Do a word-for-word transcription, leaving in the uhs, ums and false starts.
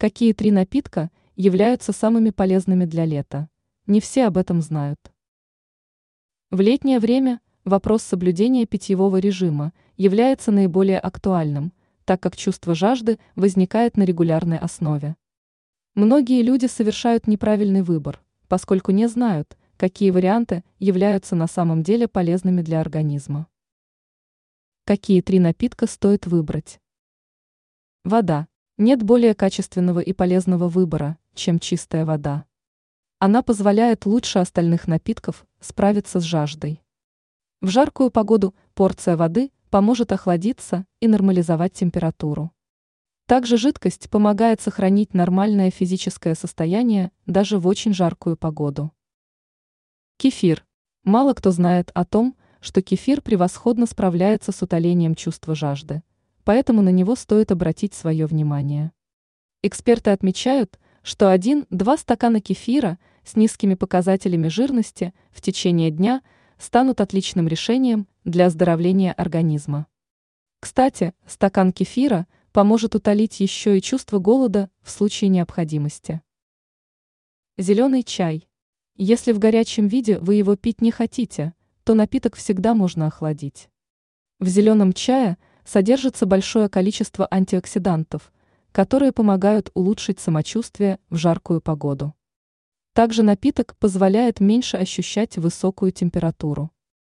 Какие три напитка являются самыми полезными для лета? Не все об этом знают. В летнее время вопрос соблюдения питьевого режима является наиболее актуальным, так как чувство жажды возникает на регулярной основе. Многие люди совершают неправильный выбор, поскольку не знают, какие варианты являются на самом деле полезными для организма. Какие три напитка стоит выбрать? Вода. Нет более качественного и полезного выбора, чем чистая вода. Она позволяет лучше остальных напитков справиться с жаждой. В жаркую погоду порция воды поможет охладиться и нормализовать температуру. Также жидкость помогает сохранить нормальное физическое состояние даже в очень жаркую погоду. Кефир. Мало кто знает о том, что кефир превосходно справляется с утолением чувства жажды, поэтому на него стоит обратить свое внимание. Эксперты отмечают, что один-два стакана кефира с низкими показателями жирности в течение дня станут отличным решением для оздоровления организма. Кстати, стакан кефира поможет утолить еще и чувство голода в случае необходимости. Зеленый чай. Если в горячем виде вы его пить не хотите, то напиток всегда можно охладить. В зеленом чае содержится большое количество антиоксидантов, которые помогают улучшить самочувствие в жаркую погоду. Также напиток позволяет меньше ощущать высокую температуру.